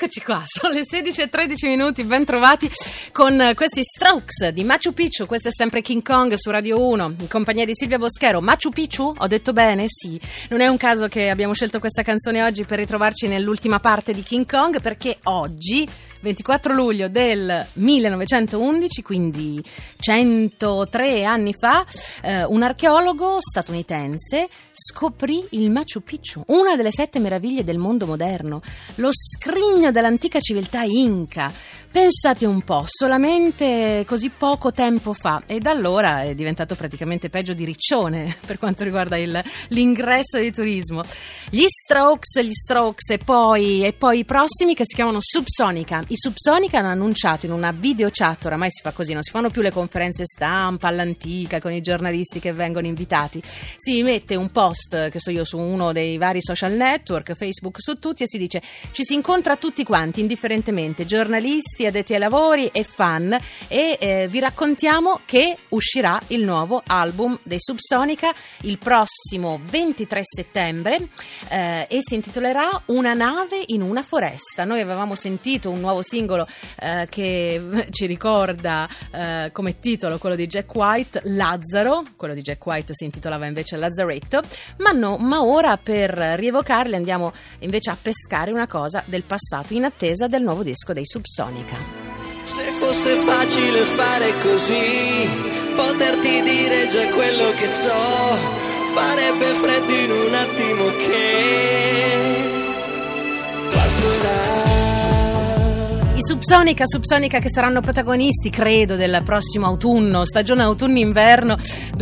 Eccoci qua, sono le 16:13, ben trovati con questi Strokes di Machu Picchu. Questo è sempre King Kong su Radio 1 in compagnia di Silvia Boschero. Machu Picchu? Ho detto bene? Sì. Non è un caso che abbiamo scelto questa canzone oggi per ritrovarci nell'ultima parte di King Kong, perché oggi 24 luglio del 1911, quindi 103 anni fa, un archeologo statunitense scoprì il Machu Picchu, una delle 7 meraviglie del mondo moderno, lo scrigno dell'antica civiltà inca. Pensate un po', solamente così poco tempo fa, e da allora è diventato praticamente peggio di Riccione per quanto riguarda l'ingresso di turismo. Gli Strokes e poi i prossimi, che si chiamano Subsonica. I Subsonica hanno annunciato in una video chat, oramai si fa così, non si fanno più le conferenze stampa all'antica con i giornalisti che vengono invitati, si mette un post, che so io, su uno dei vari social network, Facebook, su tutti, e si dice: ci si incontra tutti quanti indifferentemente, giornalisti, addetti ai lavori e fan, e vi raccontiamo che uscirà il nuovo album dei Subsonica il prossimo 23 settembre e si intitolerà Una nave in una foresta. Noi avevamo sentito un nuovo singolo che ci ricorda come titolo quello di Jack White, Lazzaro. Quello di Jack White si intitolava invece Lazzaretto, ma ora per rievocarli andiamo invece a pescare una cosa del passato in attesa del nuovo disco dei Subsonica. Se fosse facile fare così, poterti dire già quello che so, farebbe freddo in un attimo che passerà. I Subsonica che saranno protagonisti, credo, del prossimo autunno, stagione autunno-inverno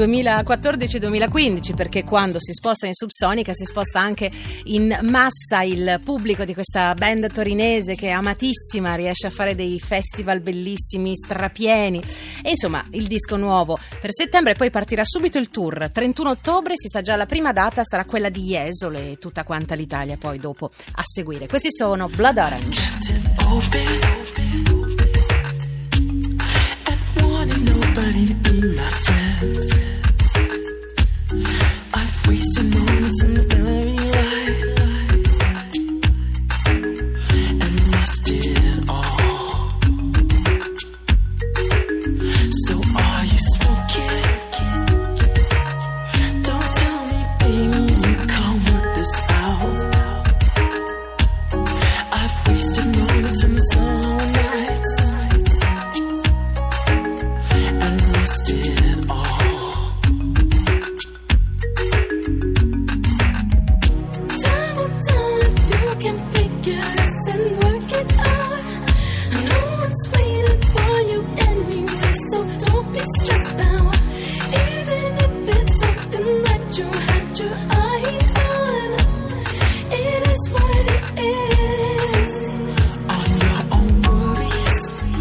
2014-2015, perché quando si sposta in Subsonica si sposta anche in massa il pubblico di questa band torinese che è amatissima, riesce a fare dei festival bellissimi, strapieni, e insomma il disco nuovo per settembre, poi partirà subito il tour. 31 ottobre si sa già la prima data, sarà quella di Jesole e tutta quanta l'Italia poi dopo a seguire. Questi sono Blood Orange. Nobody to be my friend. I've wasted moments in the very right and lost it all. So are you smoking? Don't tell me, baby, you can't work this out. I've wasted moments in the sun nights. It all. Time will tell if you can figure this and work it out. No one's waiting for you anyway, so don't be stressed now. Even if it's something that you had your eye on, it is what it is. On your own worries.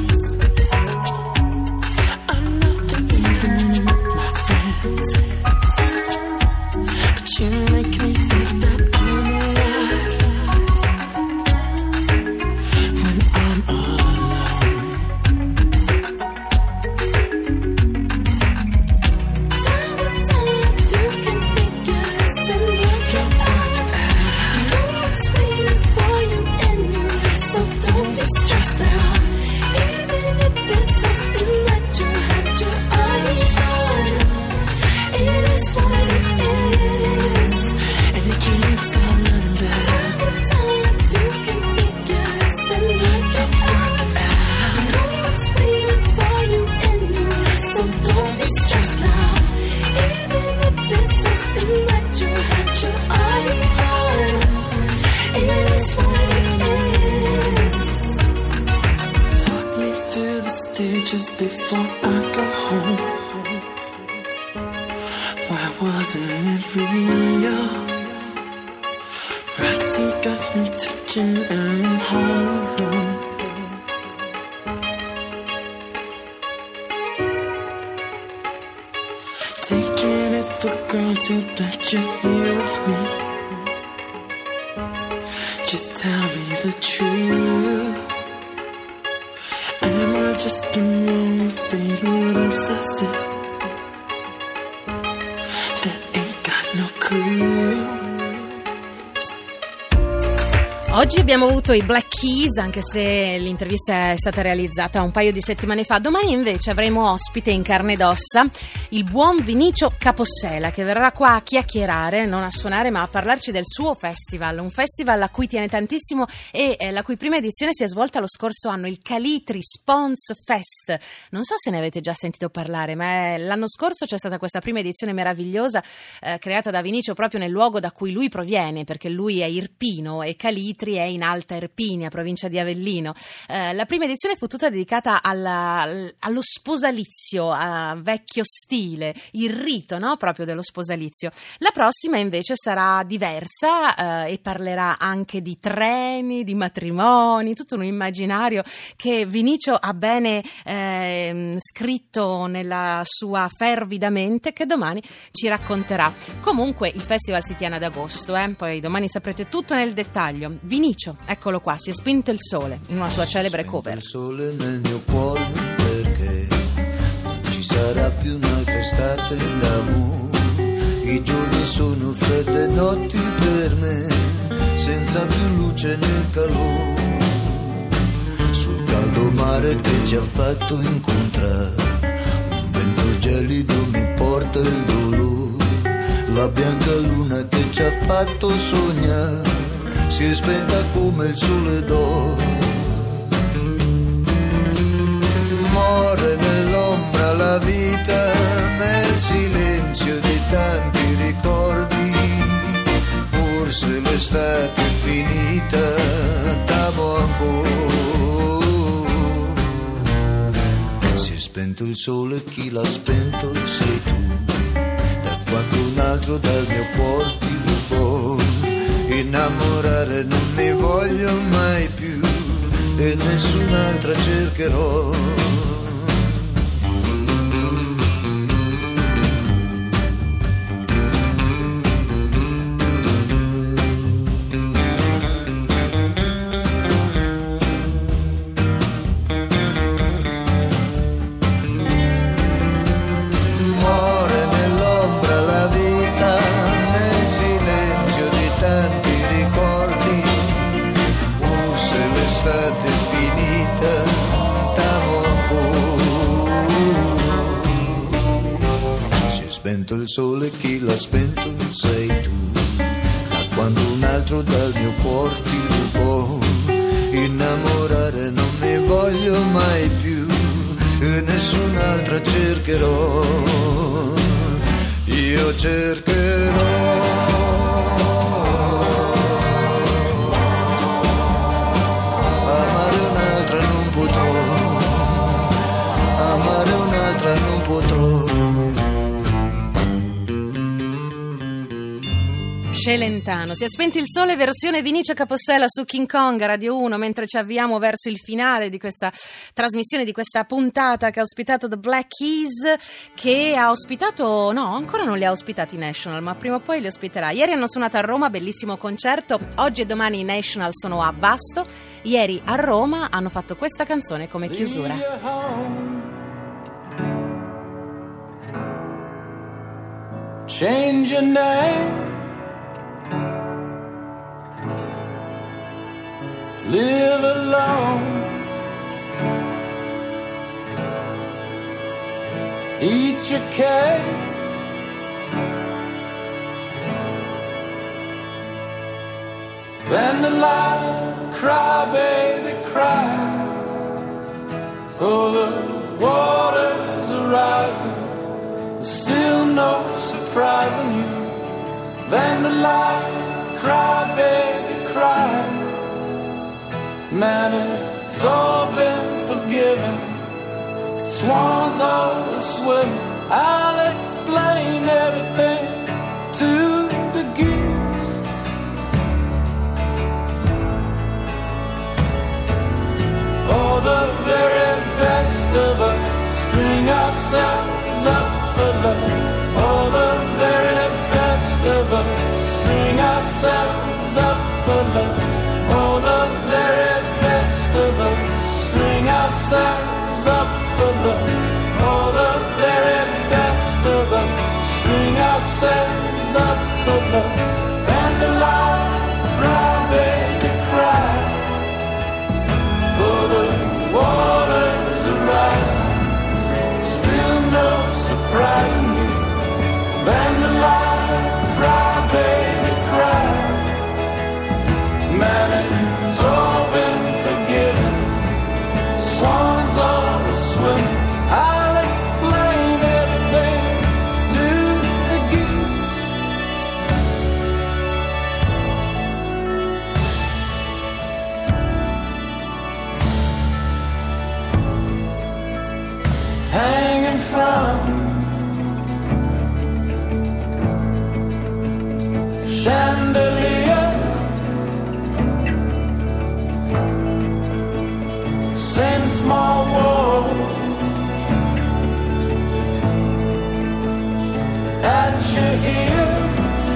But you make me feel that I'm alive when I'm alone. Time will tell if you can figure this and work it out. No one's waiting for you anyway, so don't be stressed out. Even if it's something that you had your eye on, it is what it is, and you can't tell none of that. Time will tell if you can figure this and work it out. No one's waiting for you anyway, so don't be stressed now. Even if it's something that you had your eye on, it is what it is. Talk me through the stages before I go home. Why wasn't it real? Roxy got me touching and home. Taking it for granted that you're here with me. Just tell me the truth. Am I just an lonely favorite obsessive that ain't got no clue? Oggi abbiamo avuto i Black Keys, anche se l'intervista è stata realizzata un paio di settimane fa. Domani invece avremo ospite in carne ed ossa il buon Vinicio Capossela, che verrà qua a chiacchierare, non a suonare ma a parlarci del suo festival, un festival a cui tiene tantissimo e la cui prima edizione si è svolta lo scorso anno, il Calitri Spons Fest. Non so se ne avete già sentito parlare, ma l'anno scorso c'è stata questa prima edizione meravigliosa creata da Vinicio proprio nel luogo da cui lui proviene, perché lui è irpino e Calitri è in Alta Irpinia, provincia di Avellino. La prima edizione fu tutta dedicata allo sposalizio, a vecchio stile, il rito, no? Proprio dello sposalizio. La prossima invece sarà diversa e parlerà anche di treni, di matrimoni, tutto un immaginario che Vinicio ha bene scritto nella sua fervida mente, che domani ci racconterà. Comunque il festival si tiene ad agosto, poi domani saprete tutto nel dettaglio. Vinicio, eccolo qua, si è spinto il sole in una sua celebre cover. Il sole nel mio cuore perché non ci sarà più un'altra estate d'amore. I giorni sono fredde notti per me, senza più luce né calore. Sul caldo mare che ci ha fatto incontrare, un vento gelido mi porta il dolore. La bianca luna che ci ha fatto sognare si è spenta come il sole d'oro. Muore nell'ombra la vita, nel silenzio di tanti ricordi. Forse l'estate è finita, t'amo ancora. Si è spento il sole, chi l'ha spento sei tu. Da quando un altro dal mio cuore ti rubò. Innamorare non mi voglio mai più e nessun'altra cercherò. Muore nell'ombra la vita, nel silenzio di tanti ricordi. Forse l'estate è finita, t'amo ancora. Si è spento il sole, chi l'ha spento sei tu. Da quando un altro dal mio cuore ti rubò. Innamorare non mi voglio mai più e nessun'altra cercherò. Io cercherò. Amare un'altra non potrò. Celentano, si è spento il sole, versione Vinicio Capossela su King Kong Radio 1, mentre ci avviamo verso il finale di questa trasmissione, di questa puntata che ha ospitato The Black Keys, che ha ospitato, no, ancora non li ha ospitati i National, ma prima o poi li ospiterà. Ieri hanno suonato a Roma, bellissimo concerto. Oggi e domani i National sono a Vasto. Ieri a Roma hanno fatto questa canzone come chiusura. Change your name, live alone, eat your cake, then the light, cry baby cry. Oh, the waters are rising, still no surprise in you. Then the light, cry baby cry. Man, it's all been forgiven. Swans are swimming. I'll explain everything to the geese. Oh, the very best of us string ourselves up for love. Oh, the very best of us string ourselves up for love. Oh, the very best of us string ourselves up for love. Oh, the very best of us string ourselves up for love. And the light, cry baby cry. swim. I'll explain everything to the geeks. Hanging from chandeliers, same small world at your ears.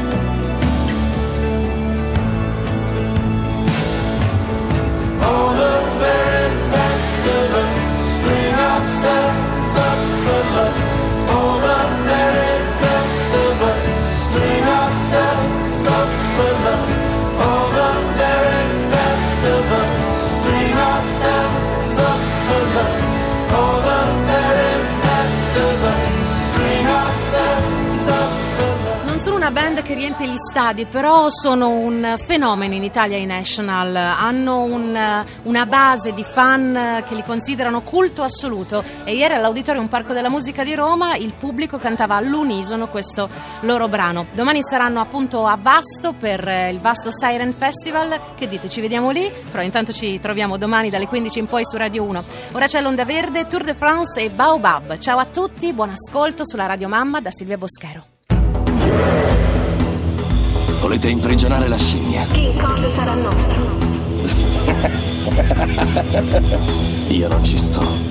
Oh, the very best of us, string ourselves up for love. Oh, the very best of us, string ourselves up for love. Oh, the very best of us, string ourselves up for love. Oh, the very best of us, string ourselves up for love. Non sono una band che riempie gli stadi, però sono un fenomeno in Italia i National. Hanno una base di fan che li considerano culto assoluto, e ieri all'Auditorium Parco della Musica di Roma il pubblico cantava all'unisono questo loro brano. Domani saranno appunto a Vasto per il Vasto Siren Festival. Che dite, ci vediamo lì? Però intanto ci troviamo domani dalle 15 in poi su Radio 1. Ora c'è l'Onda Verde, Tour de France e Baobab. Ciao a tutti, buon ascolto sulla Radio Mamma da Silvia Boschero. Volete imprigionare la scimmia? King Kong sarà nostro. Io non ci sto.